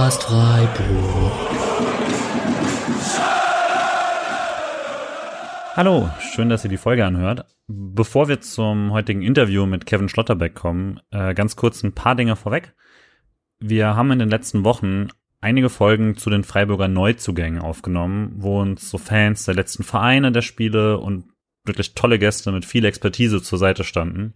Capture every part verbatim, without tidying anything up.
Podcast Freiburg. Hallo, schön, dass ihr die Folge anhört. Bevor wir zum heutigen Interview mit Kevin Schlotterbeck kommen, äh, ganz kurz ein paar Dinge vorweg. Wir haben in den letzten Wochen einige Folgen zu den Freiburger Neuzugängen aufgenommen, wo uns so Fans der letzten Vereine der Spiele und wirklich tolle Gäste mit viel Expertise zur Seite standen,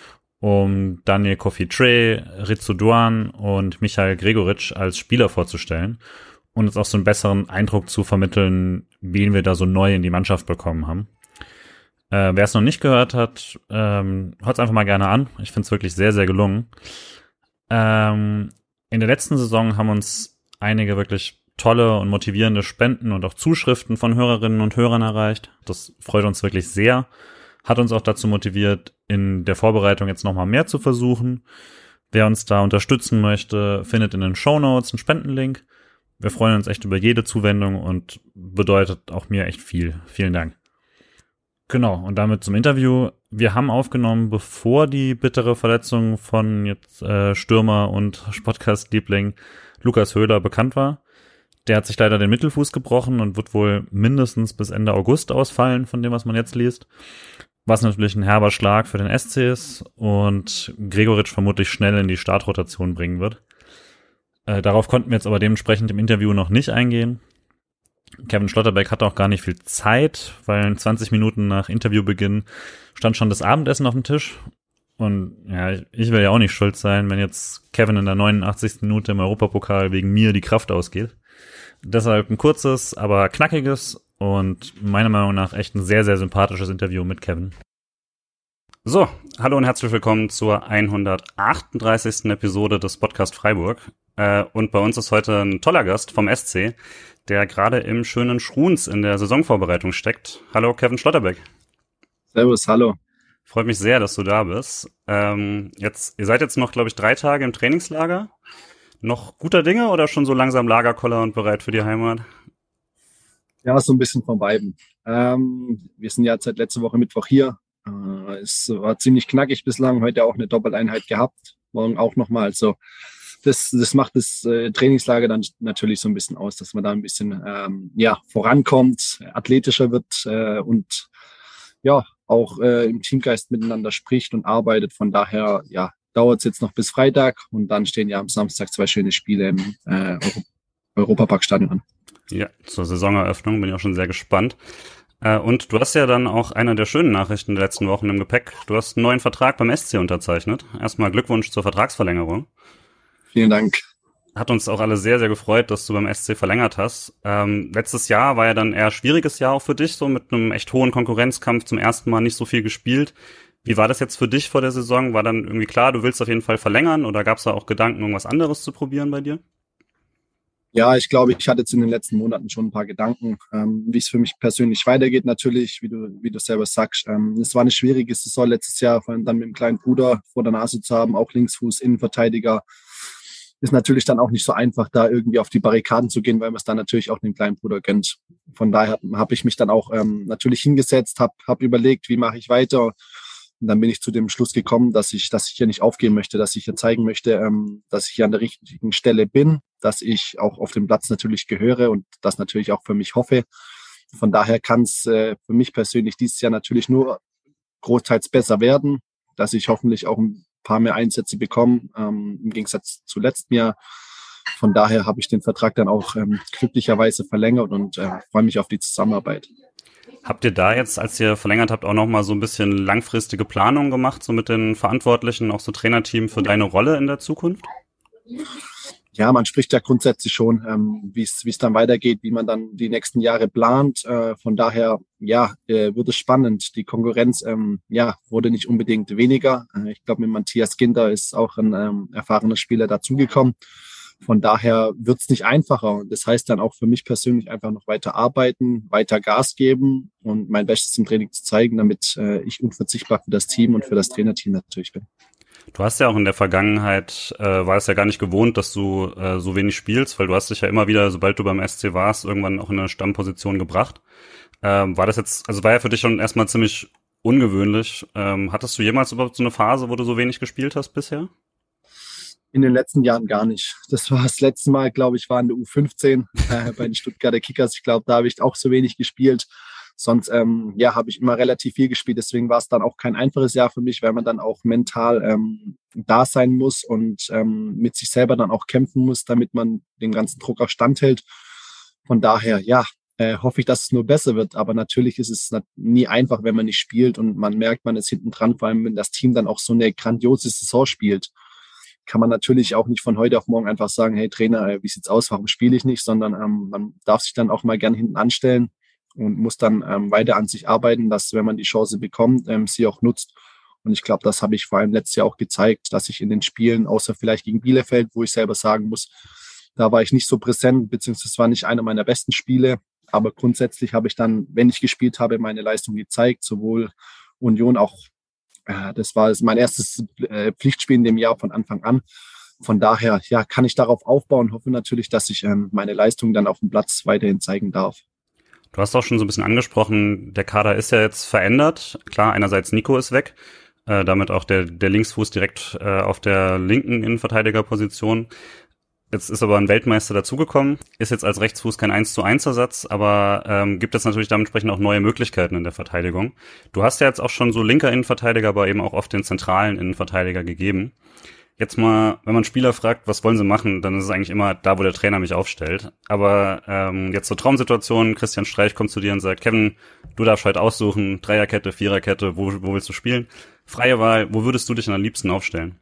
um Daniel Kofi-Trey, Ritsu Doan und Michael Gregoritsch als Spieler vorzustellen und uns auch so einen besseren Eindruck zu vermitteln, wen wir da so neu in die Mannschaft bekommen haben. Äh, wer es noch nicht gehört hat, ähm, hört es einfach mal gerne an. Ich finde es wirklich sehr, sehr gelungen. Ähm, in der letzten Saison haben uns einige wirklich tolle und motivierende Spenden und auch Zuschriften von Hörerinnen und Hörern erreicht. Das freut uns wirklich sehr. Hat uns auch dazu motiviert, in der Vorbereitung jetzt nochmal mehr zu versuchen. Wer uns da unterstützen möchte, findet in den Shownotes einen Spendenlink. Wir freuen uns echt über jede Zuwendung und bedeutet auch mir echt viel. Vielen Dank. Genau, und damit zum Interview. Wir haben aufgenommen, bevor die bittere Verletzung von jetzt äh, Stürmer und Podcast-Liebling Lukas Höhler bekannt war. Der hat sich leider den Mittelfuß gebrochen und wird wohl mindestens bis Ende August ausfallen, von dem, was man jetzt liest. Was natürlich ein herber Schlag für den S C ist und Gregoritsch vermutlich schnell in die Startrotation bringen wird. Äh, darauf konnten wir jetzt aber dementsprechend im Interview noch nicht eingehen. Kevin Schlotterbeck hatte auch gar nicht viel Zeit, weil zwanzig Minuten nach Interviewbeginn stand schon das Abendessen auf dem Tisch. Und ja, ich will ja auch nicht schuld sein, wenn jetzt Kevin in der neunundachtzigsten Minute im Europapokal wegen mir die Kraft ausgeht. Deshalb ein kurzes, aber knackiges und meiner Meinung nach echt ein sehr, sehr sympathisches Interview mit Kevin. So, hallo und herzlich willkommen zur hundertachtunddreißigsten Episode des Podcast Freiburg. Äh, und bei uns ist heute ein toller Gast vom S C, der gerade im schönen Schruns in der Saisonvorbereitung steckt. Hallo Kevin Schlotterbeck. Servus, hallo. Freut mich sehr, dass du da bist. Ähm, jetzt, ihr seid jetzt noch, glaube ich, drei Tage im Trainingslager. Noch guter Dinge oder schon so langsam Lagerkoller und bereit für die Heimat? Ja, so ein bisschen von beiden. Ähm, wir sind ja seit letzter Woche Mittwoch hier. Äh, es war ziemlich knackig bislang. Heute auch eine Doppeleinheit gehabt. Morgen auch nochmal. Also das, das macht das äh, Trainingslager dann natürlich so ein bisschen aus, dass man da ein bisschen ähm, ja vorankommt, athletischer wird äh, und ja auch äh, im Teamgeist miteinander spricht und arbeitet. Von daher ja dauert es jetzt noch bis Freitag und dann stehen ja am Samstag zwei schöne Spiele im äh, Euro- Europaparkstadion an. Ja, zur Saisoneröffnung bin ich auch schon sehr gespannt. Äh, und du hast ja dann auch eine der schönen Nachrichten der letzten Wochen im Gepäck. Du hast einen neuen Vertrag beim S C unterzeichnet. Erstmal Glückwunsch zur Vertragsverlängerung. Vielen Dank. Hat uns auch alle sehr, sehr gefreut, dass du beim S C verlängert hast. Ähm, letztes Jahr war ja dann eher schwieriges Jahr auch für dich, so mit einem echt hohen Konkurrenzkampf, zum ersten Mal nicht so viel gespielt. Wie war das jetzt für dich vor der Saison? War dann irgendwie klar, du willst auf jeden Fall verlängern oder gab es da auch Gedanken, irgendwas anderes zu probieren bei dir? Ja, ich glaube, ich hatte jetzt in den letzten Monaten schon ein paar Gedanken, ähm, wie es für mich persönlich weitergeht. Natürlich, wie du, wie du selber sagst, ähm, es war eine schwierige Saison letztes Jahr, vor allem dann mit dem kleinen Bruder vor der Nase zu haben, auch Linksfuß, Innenverteidiger. Ist natürlich dann auch nicht so einfach, da irgendwie auf die Barrikaden zu gehen, weil man es dann natürlich auch den kleinen Bruder gönnt. Von daher habe ich mich dann auch ähm, natürlich hingesetzt, habe hab überlegt, wie mache ich weiter. Und dann bin ich zu dem Schluss gekommen, dass ich, dass ich hier nicht aufgeben möchte, dass ich hier zeigen möchte, ähm, dass ich hier an der richtigen Stelle bin, dass ich auch auf dem Platz natürlich gehöre und das natürlich auch für mich hoffe. Von daher kann es äh, für mich persönlich dieses Jahr natürlich nur großteils besser werden, dass ich hoffentlich auch ein paar mehr Einsätze bekomme, ähm, im Gegensatz zu letztem Jahr. Von daher habe ich den Vertrag dann auch ähm, glücklicherweise verlängert und äh, freue mich auf die Zusammenarbeit. Habt ihr da jetzt, als ihr verlängert habt, auch nochmal so ein bisschen langfristige Planungen gemacht, so mit den Verantwortlichen, auch so Trainerteam für deine Rolle in der Zukunft? Ja, man spricht ja grundsätzlich schon, ähm, wie es wie es dann weitergeht, wie man dann die nächsten Jahre plant. Äh, von daher, ja, äh, wird es spannend. Die Konkurrenz, ähm, ja, wurde nicht unbedingt weniger. Äh, ich glaube, mit Matthias Ginter ist auch ein ähm, erfahrener Spieler dazugekommen. Von daher wird es nicht einfacher. Und das heißt dann auch für mich persönlich einfach noch weiter arbeiten, weiter Gas geben und mein Bestes im Training zu zeigen, damit äh, ich unverzichtbar für das Team und für das Trainerteam natürlich bin. Du hast ja auch in der Vergangenheit, äh, war es ja gar nicht gewohnt, dass du äh, so wenig spielst, weil du hast dich ja immer wieder, sobald du beim S C warst, irgendwann auch in eine Stammposition gebracht. Ähm, war das jetzt, also war ja für dich schon erstmal ziemlich ungewöhnlich. Ähm, hattest du jemals überhaupt so eine Phase, wo du so wenig gespielt hast bisher? In den letzten Jahren gar nicht. Das war das letzte Mal, glaube ich, war in der U fünfzehn äh, bei den Stuttgarter Kickers. Ich glaube, da habe ich auch so wenig gespielt. Sonst ähm, ja, habe ich immer relativ viel gespielt. Deswegen war es dann auch kein einfaches Jahr für mich, weil man dann auch mental ähm, da sein muss und ähm, mit sich selber dann auch kämpfen muss, damit man dem ganzen Druck auch standhält. Von daher, ja, äh, hoffe ich, dass es nur besser wird. Aber natürlich ist es nie einfach, wenn man nicht spielt und man merkt, man ist hinten dran, vor allem wenn das Team dann auch so eine grandiose Saison spielt. Kann man natürlich auch nicht von heute auf morgen einfach sagen, hey Trainer, äh, wie sieht's aus, warum spiele ich nicht, sondern ähm, man darf sich dann auch mal gern hinten anstellen und muss dann ähm, weiter an sich arbeiten, dass, wenn man die Chance bekommt, ähm, sie auch nutzt. Und ich glaube, das habe ich vor allem letztes Jahr auch gezeigt, dass ich in den Spielen, außer vielleicht gegen Bielefeld, wo ich selber sagen muss, da war ich nicht so präsent, beziehungsweise es war nicht einer meiner besten Spiele. Aber grundsätzlich habe ich dann, wenn ich gespielt habe, meine Leistung gezeigt, sowohl Union auch. Das war mein erstes Pflichtspiel in dem Jahr von Anfang an. Von daher, ja, kann ich darauf aufbauen, hoffe natürlich, dass ich ähm, meine Leistung dann auf dem Platz weiterhin zeigen darf. Du hast auch schon so ein bisschen angesprochen, der Kader ist ja jetzt verändert. Klar, einerseits Nico ist weg, äh, damit auch der, der Linksfuß direkt äh, auf der linken Innenverteidigerposition. Jetzt ist aber ein Weltmeister dazugekommen, ist jetzt als Rechtsfuß kein eins zu eins Ersatz, aber ähm, gibt es natürlich dementsprechend auch neue Möglichkeiten in der Verteidigung. Du hast ja jetzt auch schon so linker Innenverteidiger, aber eben auch oft den zentralen Innenverteidiger gegeben. Jetzt mal, wenn man Spieler fragt, was wollen sie machen, dann ist es eigentlich immer da, wo der Trainer mich aufstellt. Aber ähm, jetzt so Traumsituationen, Christian Streich kommt zu dir und sagt, Kevin, du darfst heute aussuchen, Dreierkette, Viererkette, wo, wo willst du spielen? Freie Wahl, wo würdest du dich am liebsten aufstellen?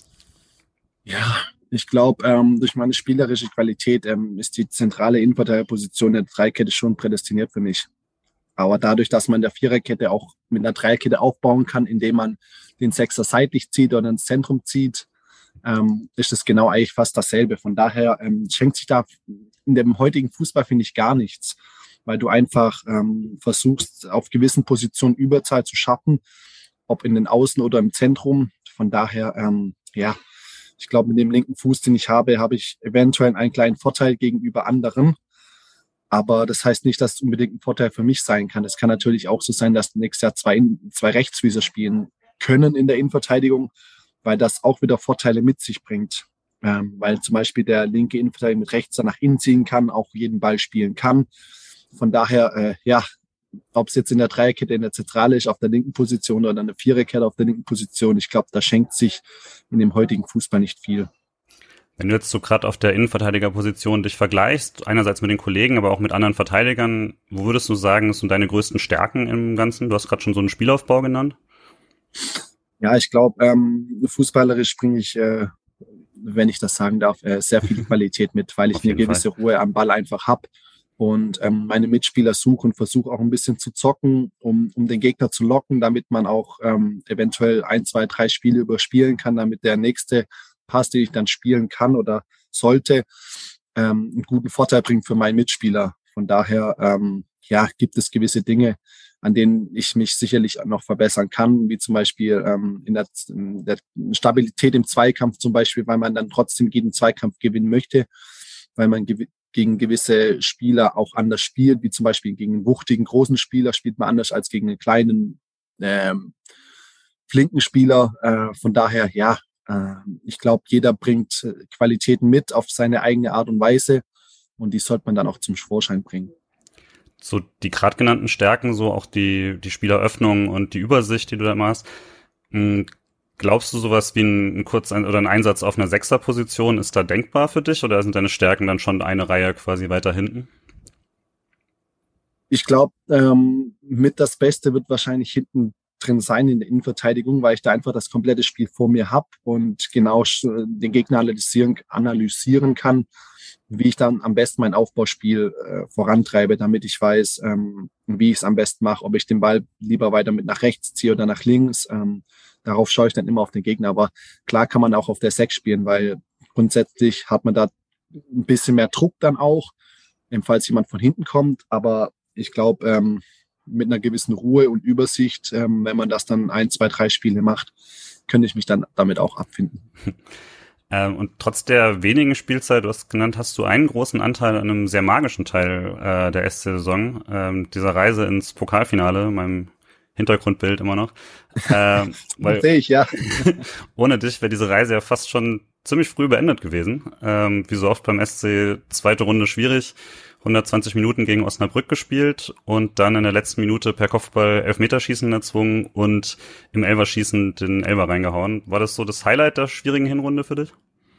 Ja, ich glaube, ähm, durch meine spielerische Qualität ähm, ist die zentrale Innenverteidigerposition der Dreikette schon prädestiniert für mich. Aber dadurch, dass man in der Viererkette auch mit einer Dreierkette aufbauen kann, indem man den Sechser seitlich zieht oder ins Zentrum zieht, ähm, ist es genau eigentlich fast dasselbe. Von daher ähm, schenkt sich da in dem heutigen Fußball, finde ich, gar nichts, weil du einfach ähm, versuchst, auf gewissen Positionen Überzahl zu schaffen, ob in den Außen oder im Zentrum. Von daher, ähm, ja, ich glaube, mit dem linken Fuß, den ich habe, habe ich eventuell einen kleinen Vorteil gegenüber anderen. Aber das heißt nicht, dass es unbedingt ein Vorteil für mich sein kann. Es kann natürlich auch so sein, dass nächstes Jahr zwei, zwei Rechtsfüßer spielen können in der Innenverteidigung, weil das auch wieder Vorteile mit sich bringt. Ähm, weil zum Beispiel der linke Innenverteidiger mit rechts dann nach innen ziehen kann, auch jeden Ball spielen kann. Von daher, äh, ja, ob es jetzt in der Dreierkette in der Zentrale ist, auf der linken Position oder eine Viererkette auf der linken Position, ich glaube, da schenkt sich in dem heutigen Fußball nicht viel. Wenn du jetzt so gerade auf der Innenverteidigerposition dich vergleichst, einerseits mit den Kollegen, aber auch mit anderen Verteidigern, wo würdest du sagen, das sind deine größten Stärken im Ganzen? Du hast gerade schon so einen Spielaufbau genannt. Ja, ich glaube, ähm, fußballerisch bringe ich, äh, wenn ich das sagen darf, äh, sehr viel Qualität mit, weil ich eine gewisse Fall. Ruhe am Ball einfach habe und ähm, meine Mitspieler suche und versuche auch ein bisschen zu zocken, um, um den Gegner zu locken, damit man auch ähm, eventuell ein, zwei, drei Spiele überspielen kann, damit der nächste Pass, den ich dann spielen kann oder sollte, ähm, einen guten Vorteil bringt für meinen Mitspieler. Von daher, ähm, ja, gibt es gewisse Dinge, an denen ich mich sicherlich noch verbessern kann, wie zum Beispiel ähm, in, der, in der Stabilität im Zweikampf zum Beispiel, weil man dann trotzdem jeden Zweikampf gewinnen möchte, weil man gew- gegen gewisse Spieler auch anders spielt, wie zum Beispiel gegen einen wuchtigen, großen Spieler spielt man anders als gegen einen kleinen, ähm, flinken Spieler. Äh, von daher, ja, äh, ich glaube, jeder bringt Qualitäten mit auf seine eigene Art und Weise und die sollte man dann auch zum Vorschein bringen. So die gerade genannten Stärken, so auch die die Spieleröffnung und die Übersicht, die du da immer hast. Glaubst du, sowas wie ein, ein Kurz- oder ein Einsatz auf einer Sechserposition ist da denkbar für dich oder sind deine Stärken dann schon eine Reihe quasi weiter hinten? Ich glaube, ähm, mit das Beste wird wahrscheinlich hinten drin sein in der Innenverteidigung, weil ich da einfach das komplette Spiel vor mir habe und genau den Gegner analysieren, analysieren kann, wie ich dann am besten mein Aufbauspiel äh, vorantreibe, damit ich weiß, ähm, wie ich es am besten mache, ob ich den Ball lieber weiter mit nach rechts ziehe oder nach links. Ähm, darauf schaue ich dann immer auf den Gegner. Aber klar kann man auch auf der Sechs spielen, weil grundsätzlich hat man da ein bisschen mehr Druck dann auch, falls jemand von hinten kommt. Aber ich glaube, ähm, mit einer gewissen Ruhe und Übersicht, ähm, wenn man das dann ein, zwei, drei Spiele macht, könnte ich mich dann damit auch abfinden. Ähm, und trotz der wenigen Spielzeit, du hast genannt, hast du einen großen Anteil an einem sehr magischen Teil äh, der S C-Saison, ähm, dieser Reise ins Pokalfinale, meinem Hintergrundbild immer noch. Ähm, weil das sehe ich, ja. Ohne dich wäre diese Reise ja fast schon ziemlich früh beendet gewesen. Ähm, wie so oft beim S C, zweite Runde schwierig, hundertzwanzig Minuten gegen Osnabrück gespielt und dann in der letzten Minute per Kopfball Elfmeterschießen erzwungen und im Elferschießen den Elfer reingehauen. War das so das Highlight der schwierigen Hinrunde für dich?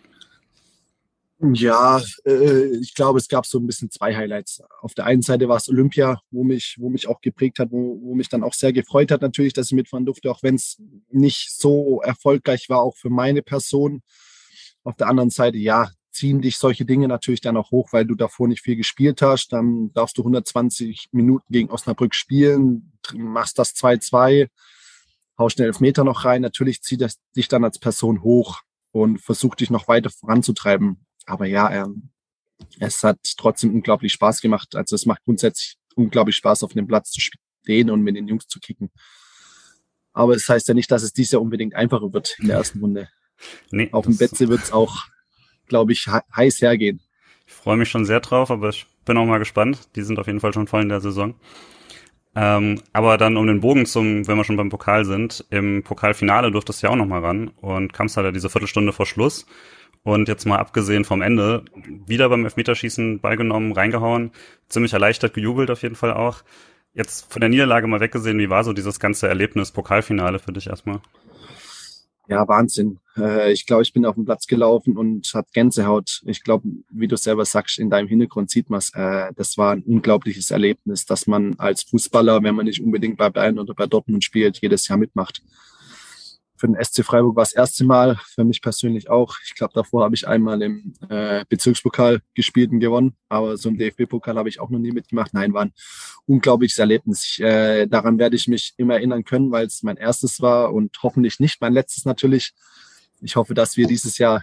Ja, äh, ich glaube, es gab so ein bisschen zwei Highlights. Auf der einen Seite war es Olympia, wo mich, wo mich auch geprägt hat, wo, wo mich dann auch sehr gefreut hat natürlich, dass ich mitfahren durfte, auch wenn es nicht so erfolgreich war, auch für meine Person. Auf der anderen Seite, ja, ziehen dich solche Dinge natürlich dann auch hoch, weil du davor nicht viel gespielt hast. Dann darfst du hundertzwanzig Minuten gegen Osnabrück spielen, machst das zwei zwei, haust den Elfmeter noch rein. Natürlich zieht das dich dann als Person hoch und versucht dich noch weiter voranzutreiben. Aber ja, ähm, es hat trotzdem unglaublich Spaß gemacht. Also es macht grundsätzlich unglaublich Spaß, auf dem Platz zu stehen und mit den Jungs zu kicken. Aber es heißt ja nicht, dass es dieses Jahr unbedingt einfacher wird in der ersten Runde. Nee, auf dem Betze wird es auch, glaube ich, heiß hergehen. Ich freue mich schon sehr drauf, aber ich bin auch mal gespannt. Die sind auf jeden Fall schon voll in der Saison. Ähm, aber dann um den Bogen zum, wenn wir schon beim Pokal sind, im Pokalfinale durftest du ja auch noch mal ran und kamst halt diese Viertelstunde vor Schluss. Und jetzt mal abgesehen vom Ende, wieder beim Elfmeterschießen beigenommen, reingehauen, ziemlich erleichtert gejubelt auf jeden Fall auch. Jetzt von der Niederlage mal weggesehen, wie war so dieses ganze Erlebnis Pokalfinale für dich erstmal? Ja, Wahnsinn. Äh, ich glaube, ich bin auf den Platz gelaufen und hatte Gänsehaut. Ich glaube, wie du selber sagst, in deinem Hintergrund sieht man es. Äh, das war ein unglaubliches Erlebnis, dass man als Fußballer, wenn man nicht unbedingt bei Bayern oder bei Dortmund spielt, jedes Jahr mitmacht. Für den S C Freiburg war es das erste Mal, für mich persönlich auch. Ich glaube, davor habe ich einmal im äh, Bezirkspokal gespielt und gewonnen, aber so im D F B-Pokal habe ich auch noch nie mitgemacht. Nein, war ein unglaubliches Erlebnis. Ich, äh, daran werde ich mich immer erinnern können, weil es mein erstes war und hoffentlich nicht mein letztes natürlich. Ich hoffe, dass wir dieses Jahr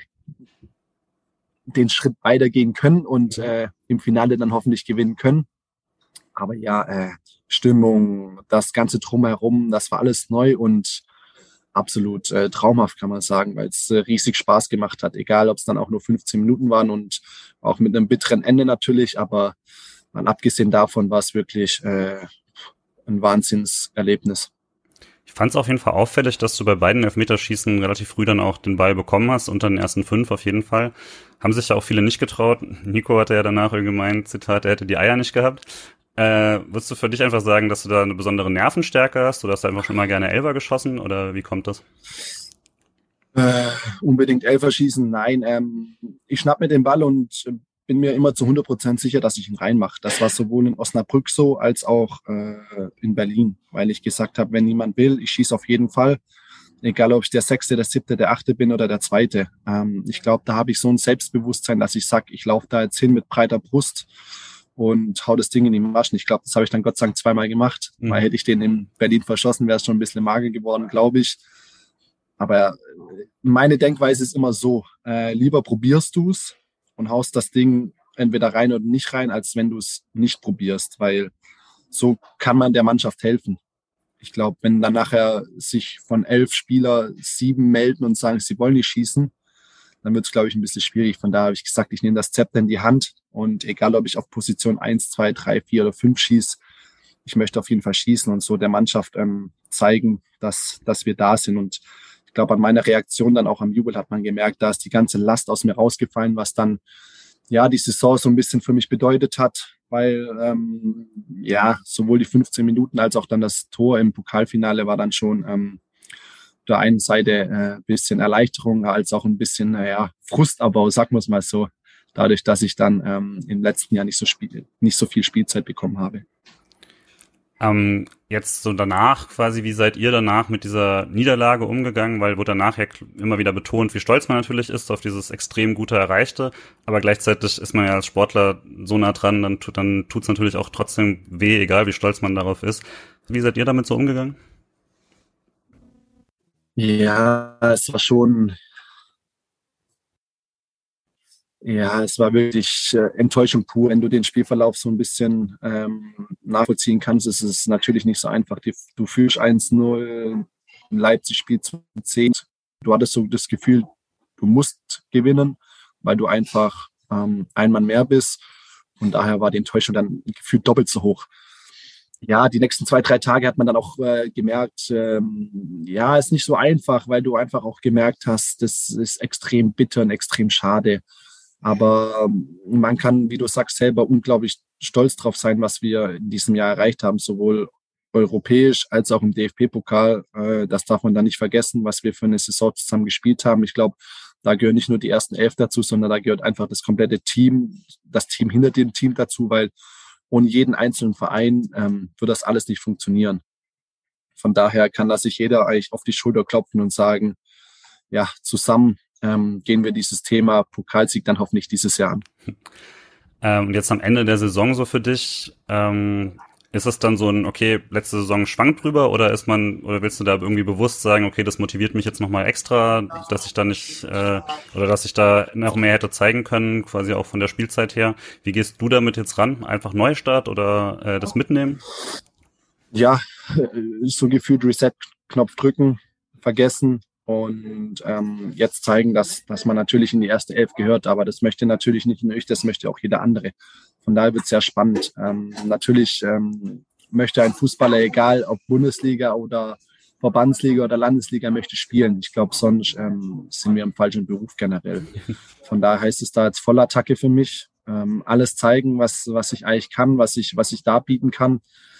den Schritt weitergehen können und äh, im Finale dann hoffentlich gewinnen können. Aber ja, äh, Stimmung, das Ganze drumherum, das war alles neu und absolut äh, traumhaft, kann man sagen, weil es äh, riesig Spaß gemacht hat. Egal, ob es dann auch nur fünfzehn Minuten waren und auch mit einem bitteren Ende natürlich. Aber mal abgesehen davon war es wirklich äh, ein Wahnsinnserlebnis. Ich fand es auf jeden Fall auffällig, dass du bei beiden Elfmeterschießen relativ früh dann auch den Ball bekommen hast, unter den ersten fünf auf jeden Fall. Haben sich ja auch viele nicht getraut. Nico hatte ja danach gemeint, Zitat, er hätte die Eier nicht gehabt. Äh, würdest du für dich einfach sagen, dass du da eine besondere Nervenstärke hast oder hast du einfach schon mal gerne Elfer geschossen oder wie kommt das? Äh, unbedingt Elfer schießen, nein. Ähm, ich schnapp mir den Ball und bin mir immer zu hundert Prozent sicher, dass ich ihn reinmache. Das war sowohl in Osnabrück so als auch äh, in Berlin, weil ich gesagt habe, wenn niemand will, ich schieße auf jeden Fall. Egal, ob ich der Sechste, der Siebte, der Achte bin oder der Zweite. Ähm, ich glaube, da habe ich so ein Selbstbewusstsein, dass ich sage, ich laufe da jetzt hin mit breiter Brust und hau das Ding in die Maschen. Ich glaube, das habe ich dann Gott sei Dank zweimal gemacht. Mhm. Weil hätte ich den in Berlin verschossen, wäre es schon ein bisschen mager geworden, glaube ich. Aber meine Denkweise ist immer so, äh, lieber probierst du es und haust das Ding entweder rein oder nicht rein, als wenn du es nicht probierst, weil so kann man der Mannschaft helfen. Ich glaube, wenn dann nachher sich von elf Spieler sieben melden und sagen, sie wollen nicht schießen, dann wird es, glaube ich, ein bisschen schwierig. Von daher habe ich gesagt, ich nehme das Zepter in die Hand und egal, ob ich auf Position eins, zwei, drei, vier oder fünf schieße, ich möchte auf jeden Fall schießen und so der Mannschaft ähm, zeigen, dass, dass wir da sind. Und ich glaube, an meiner Reaktion dann auch am Jubel hat man gemerkt, da ist die ganze Last aus mir rausgefallen, was dann ja die Saison so ein bisschen für mich bedeutet hat, weil ähm, ja sowohl die fünfzehn Minuten als auch dann das Tor im Pokalfinale war dann schon ähm, auf der einen Seite ein äh, bisschen Erleichterung, als auch ein bisschen, naja, Frustabbau, sagen wir es mal so, dadurch, dass ich dann ähm, im letzten Jahr nicht so, spiel- nicht so viel Spielzeit bekommen habe. Ähm, jetzt so danach quasi, wie seid ihr danach mit dieser Niederlage umgegangen? Weil wurde danach ja immer wieder betont, wie stolz man natürlich ist auf dieses extrem gute Erreichte, aber gleichzeitig ist man ja als Sportler so nah dran, dann tut dann tut's natürlich auch trotzdem weh, egal wie stolz man darauf ist. Wie seid ihr damit so umgegangen? Ja, es war schon, ja, es war wirklich äh, Enttäuschung pur. Wenn du den Spielverlauf so ein bisschen ähm, nachvollziehen kannst, ist es natürlich nicht so einfach. Die, du fühlst eins null, Leipzig spielt zehn. Du hattest so das Gefühl, du musst gewinnen, weil du einfach ähm, ein Mann mehr bist. Und daher war die Enttäuschung dann gefühlt doppelt so hoch. Ja, die nächsten zwei, drei Tage hat man dann auch äh, gemerkt, ähm, ja, ist nicht so einfach, weil du einfach auch gemerkt hast, das ist extrem bitter und extrem schade. Aber ähm, man kann, wie du sagst, selber unglaublich stolz drauf sein, was wir in diesem Jahr erreicht haben, sowohl europäisch als auch im D F B-Pokal. Äh, das darf man da nicht vergessen, was wir für eine Saison zusammen gespielt haben. Ich glaube, da gehören nicht nur die ersten elf dazu, sondern da gehört einfach das komplette Team, das Team hinter dem Team dazu, weil ohne jeden einzelnen Verein ähm, wird das alles nicht funktionieren. Von daher kann da sich jeder eigentlich auf die Schulter klopfen und sagen, ja, zusammen ähm, gehen wir dieses Thema Pokalsieg dann hoffentlich dieses Jahr an. Ähm, und jetzt am Ende der Saison so für dich, ähm, ist es dann so ein, okay, letzte Saison schwankt drüber oder ist man, oder willst du da irgendwie bewusst sagen, okay, das motiviert mich jetzt nochmal extra, dass ich da nicht, äh, oder dass ich da noch mehr hätte zeigen können, quasi auch von der Spielzeit her. Wie gehst du damit jetzt ran? Einfach Neustart oder äh, das mitnehmen? Ja, so gefühlt Reset-Knopf drücken, vergessen und ähm, jetzt zeigen, dass, dass man natürlich in die erste Elf gehört, aber das möchte natürlich nicht nur ich, das möchte auch jeder andere. Von daher wird es sehr spannend. Ähm, natürlich ähm, möchte ein Fußballer, egal ob Bundesliga oder Verbandsliga oder Landesliga, möchte spielen. Ich glaube, sonst ähm, sind wir im falschen Beruf generell. Von daher heißt es da jetzt Vollattacke für mich. Ähm, alles zeigen, was, was ich eigentlich kann, was ich, was ich da bieten kann.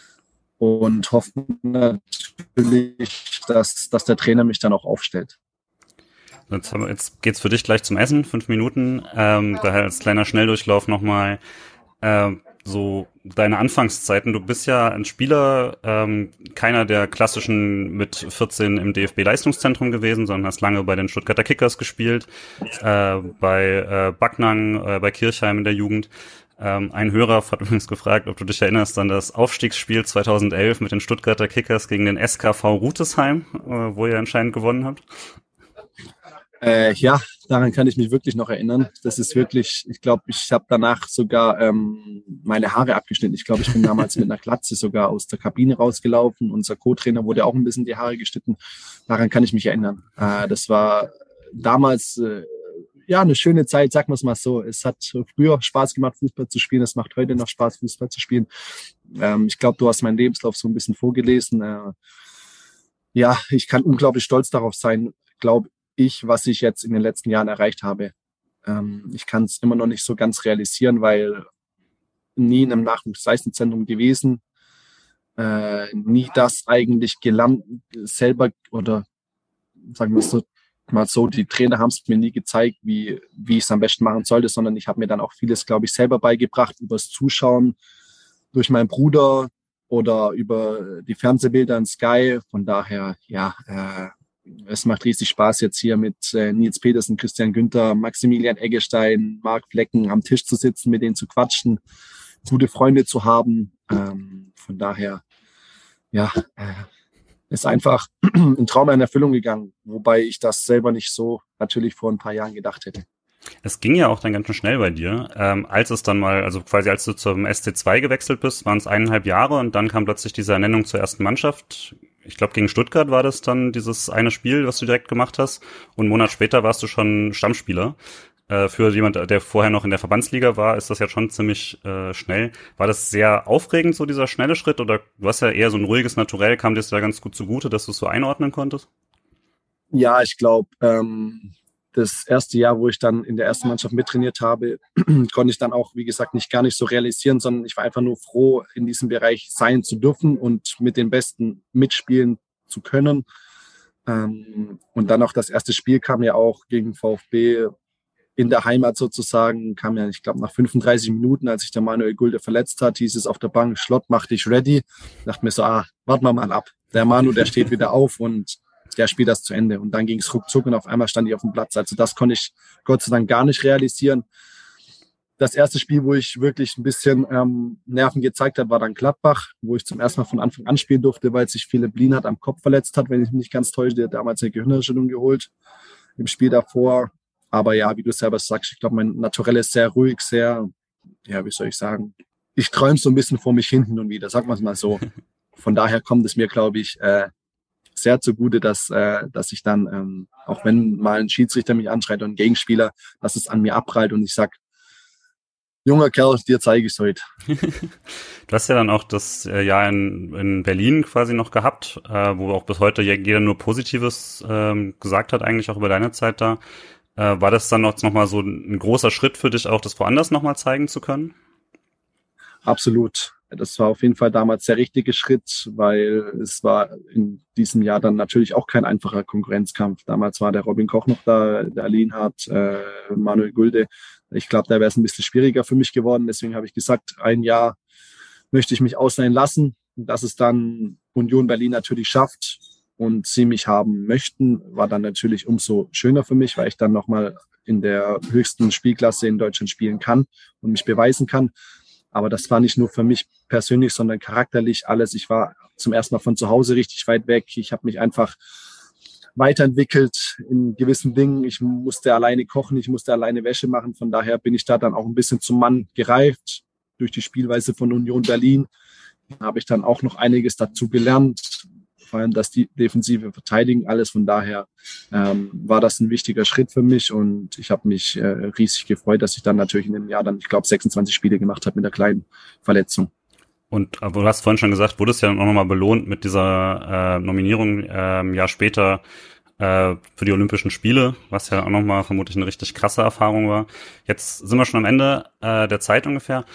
Und hoffen natürlich, dass, dass der Trainer mich dann auch aufstellt. Jetzt, haben wir, jetzt geht's für dich gleich zum Essen, fünf Minuten. Ähm, daher als kleiner Schnelldurchlauf nochmal äh, so deine Anfangszeiten. Du bist ja ein Spieler, ähm, keiner der klassischen mit vierzehn im D F B-Leistungszentrum gewesen, sondern hast lange bei den Stuttgarter Kickers gespielt, äh, bei äh, Backnang, äh, bei Kirchheim in der Jugend. Ähm, ein Hörer hat übrigens gefragt, ob du dich erinnerst an das Aufstiegsspiel zweitausendelf mit den Stuttgarter Kickers gegen den S K V Rutesheim, äh, wo ihr anscheinend gewonnen habt. Äh, ja, daran kann ich mich wirklich noch erinnern. Das ist wirklich, ich glaube, ich habe danach sogar ähm, meine Haare abgeschnitten. Ich glaube, ich bin damals mit einer Glatze sogar aus der Kabine rausgelaufen. Unser Co-Trainer wurde auch ein bisschen die Haare geschnitten. Daran kann ich mich erinnern. Äh, das war damals äh, ja eine schöne Zeit, sagen wir es mal so. Es hat früher Spaß gemacht, Fußball zu spielen. Es macht heute noch Spaß, Fußball zu spielen. Ähm, ich glaube, du hast meinen Lebenslauf so ein bisschen vorgelesen. Äh, ja, ich kann unglaublich stolz darauf sein, glaube ich, was ich jetzt in den letzten Jahren erreicht habe. Ähm, ich kann es immer noch nicht so ganz realisieren, weil nie in einem Nachwuchsleistungszentrum gewesen, äh, nie das eigentlich gelernt selber oder sagen wir es so, mal so, die Trainer haben es mir nie gezeigt, wie, wie ich es am besten machen sollte, sondern ich habe mir dann auch vieles, glaube ich, selber beigebracht, übers Zuschauen, durch meinen Bruder oder über die Fernsehbilder in Sky. Von daher, ja, äh, es macht riesig Spaß, jetzt hier mit äh, Nils Petersen, Christian Günther, Maximilian Eggestein, Marc Flecken am Tisch zu sitzen, mit denen zu quatschen, gute Freunde zu haben. Ähm, von daher, ja, äh, ist einfach ein Traum in Erfüllung gegangen, wobei ich das selber nicht so natürlich vor ein paar Jahren gedacht hätte. Es ging ja auch dann ganz schön schnell bei dir. Ähm, als es dann mal, also quasi als du zum S C zwei gewechselt bist, waren es eineinhalb Jahre und dann kam plötzlich diese Ernennung zur ersten Mannschaft. Ich glaube, gegen Stuttgart war das dann dieses eine Spiel, was du direkt gemacht hast. Und einen Monat später warst du schon Stammspieler. Äh, für jemand, der vorher noch in der Verbandsliga war, ist das ja schon ziemlich äh, schnell. War das sehr aufregend, so dieser schnelle Schritt? Oder du hast ja eher so ein ruhiges Naturell, kam dir das da ganz gut zugute, dass du es so einordnen konntest? Ja, ich glaube, ähm, das erste Jahr, wo ich dann in der ersten Mannschaft mittrainiert habe, konnte ich dann auch, wie gesagt, nicht gar nicht so realisieren, sondern ich war einfach nur froh, in diesem Bereich sein zu dürfen und mit den Besten mitspielen zu können. Ähm, und dann auch das erste Spiel kam ja auch gegen VfB in der Heimat sozusagen, kam ja, ich glaube, nach fünfunddreißig Minuten, als sich der Manuel Gulde verletzt hat, hieß es auf der Bank, Schlott, mach dich ready. Ich dachte mir so, ah, warten wir mal ab. Der Manu, der steht wieder auf und der spielt das zu Ende. Und dann ging es ruckzuck und auf einmal stand ich auf dem Platz. Also das konnte ich Gott sei Dank gar nicht realisieren. Das erste Spiel, wo ich wirklich ein bisschen ähm, Nerven gezeigt habe, war dann Gladbach, wo ich zum ersten Mal von Anfang an spielen durfte, weil sich Philipp Lienhardt am Kopf verletzt hat, wenn ich mich nicht ganz täusche. Der hat damals eine Gehirnerschütterung geholt im Spiel davor. Aber ja, wie du selber sagst, ich glaube, mein Naturell ist sehr ruhig, sehr, ja, wie soll ich sagen, ich träume so ein bisschen vor mich hinten und wieder, sagen wir es mal so. Von daher kommt es mir, glaube ich, äh, sehr zugute, dass, äh, dass ich dann, ähm, auch wenn mal ein Schiedsrichter mich anschreit und ein Gegenspieler, dass es an mir abprallt und ich sag, Junger Kerl, dir zeige ich es heute. Du hast ja dann auch das äh, Jahr in, in Berlin quasi noch gehabt, äh, wo auch bis heute jeder nur Positives ähm, gesagt hat, eigentlich auch über deine Zeit da. Äh, war das dann noch, noch mal so ein großer Schritt für dich auch, das woanders nochmal zeigen zu können? Absolut. Das war auf jeden Fall damals der richtige Schritt, weil es war in diesem Jahr dann natürlich auch kein einfacher Konkurrenzkampf. Damals war der Robin Koch noch da, der Lienhardt, äh, Manuel Gulde. Ich glaube, da wäre es ein bisschen schwieriger für mich geworden. Deswegen habe ich gesagt, ein Jahr möchte ich mich ausleihen lassen. Dass es dann Union Berlin natürlich schafft und sie mich haben möchten, war dann natürlich umso schöner für mich, weil ich dann nochmal in der höchsten Spielklasse in Deutschland spielen kann und mich beweisen kann. Aber das war nicht nur für mich persönlich, sondern charakterlich alles. Ich war zum ersten Mal von zu Hause richtig weit weg. Ich habe mich einfach weiterentwickelt in gewissen Dingen. Ich musste alleine kochen, ich musste alleine Wäsche machen. Von daher bin ich da dann auch ein bisschen zum Mann gereift. Durch die Spielweise von Union Berlin habe ich dann auch noch einiges dazu gelernt. Vor allem das die defensive Verteidigen, alles. Von daher ähm, war das ein wichtiger Schritt für mich und ich habe mich äh, riesig gefreut, dass ich dann natürlich in dem Jahr dann, ich glaube, sechsundzwanzig Spiele gemacht habe mit der kleinen Verletzung. Und aber du hast vorhin schon gesagt, wurdest ja dann auch nochmal belohnt mit dieser äh, Nominierung äh, ein Jahr später äh, für die Olympischen Spiele, was ja auch nochmal vermutlich eine richtig krasse Erfahrung war. Jetzt sind wir schon am Ende äh, der Zeit ungefähr.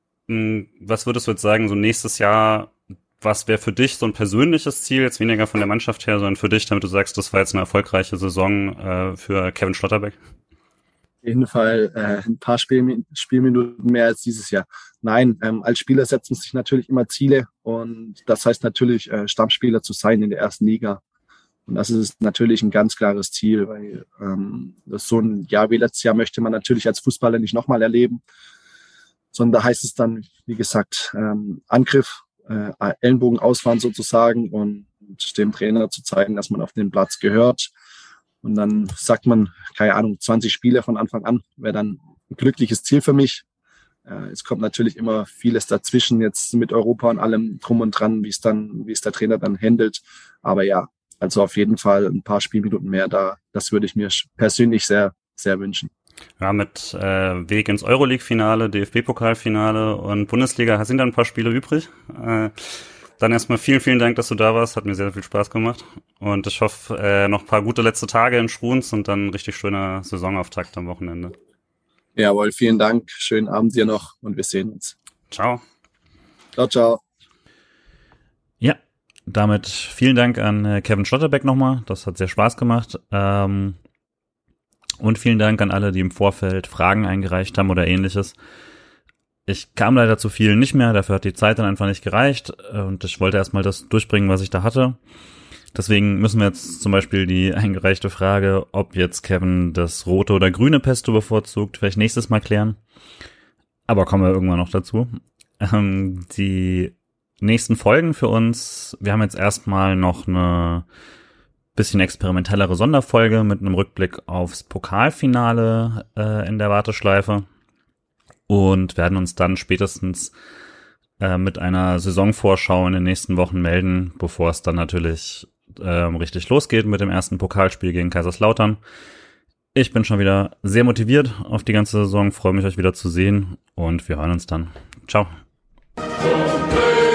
Hm, was würdest du jetzt sagen, so nächstes Jahr, was wäre für dich so ein persönliches Ziel, jetzt weniger von der Mannschaft her, sondern für dich, damit du sagst, das war jetzt eine erfolgreiche Saison äh, für Kevin Schlotterbeck? Auf jeden Fall äh, ein paar Spielmin- Spielminuten mehr als dieses Jahr. Nein, ähm, als Spieler setzt man sich natürlich immer Ziele und das heißt natürlich, äh, Stammspieler zu sein in der ersten Liga. Und das ist natürlich ein ganz klares Ziel, weil ähm, das so ein Jahr wie letztes Jahr möchte man natürlich als Fußballer nicht nochmal erleben, sondern da heißt es dann, wie gesagt, ähm, Angriff, äh, Ellenbogen ausfahren sozusagen und dem Trainer zu zeigen, dass man auf den Platz gehört. Und dann sagt man, keine Ahnung, zwanzig Spiele von Anfang an wäre dann ein glückliches Ziel für mich. Äh, es kommt natürlich immer vieles dazwischen, jetzt mit Europa und allem drum und dran, wie es dann, wie es der Trainer dann handelt. Aber ja, also auf jeden Fall ein paar Spielminuten mehr da. Das würde ich mir persönlich sehr, sehr wünschen. Ja, mit äh, Weg ins Euroleague-Finale, D F B-Pokalfinale und Bundesliga sind da ein paar Spiele übrig. Äh, Dann erstmal vielen, vielen Dank, dass du da warst. Hat mir sehr, sehr viel Spaß gemacht. Und ich hoffe, äh, noch ein paar gute letzte Tage in Schruns und dann ein richtig schöner Saisonauftakt am Wochenende. Jawohl, vielen Dank. Schönen Abend dir noch und wir sehen uns. Ciao. Ciao, ciao. Ja, damit vielen Dank an äh, Kevin Schlotterbeck nochmal. Das hat sehr Spaß gemacht. Ähm, und vielen Dank an alle, die im Vorfeld Fragen eingereicht haben oder ähnliches. Ich kam leider zu vielen nicht mehr, dafür hat die Zeit dann einfach nicht gereicht und ich wollte erstmal das durchbringen, was ich da hatte. Deswegen müssen wir jetzt zum Beispiel die eingereichte Frage, ob jetzt Kevin das rote oder grüne Pesto bevorzugt, vielleicht nächstes Mal klären. Aber kommen wir irgendwann noch dazu. Ähm, die nächsten Folgen für uns, wir haben jetzt erstmal noch eine bisschen experimentellere Sonderfolge mit einem Rückblick aufs Pokalfinale äh, in der Warteschleife. Und werden uns dann spätestens äh, mit einer Saisonvorschau in den nächsten Wochen melden, bevor es dann natürlich äh, richtig losgeht mit dem ersten Pokalspiel gegen Kaiserslautern. Ich bin schon wieder sehr motiviert auf die ganze Saison, freue mich, euch wieder zu sehen und wir hören uns dann. Ciao. Okay.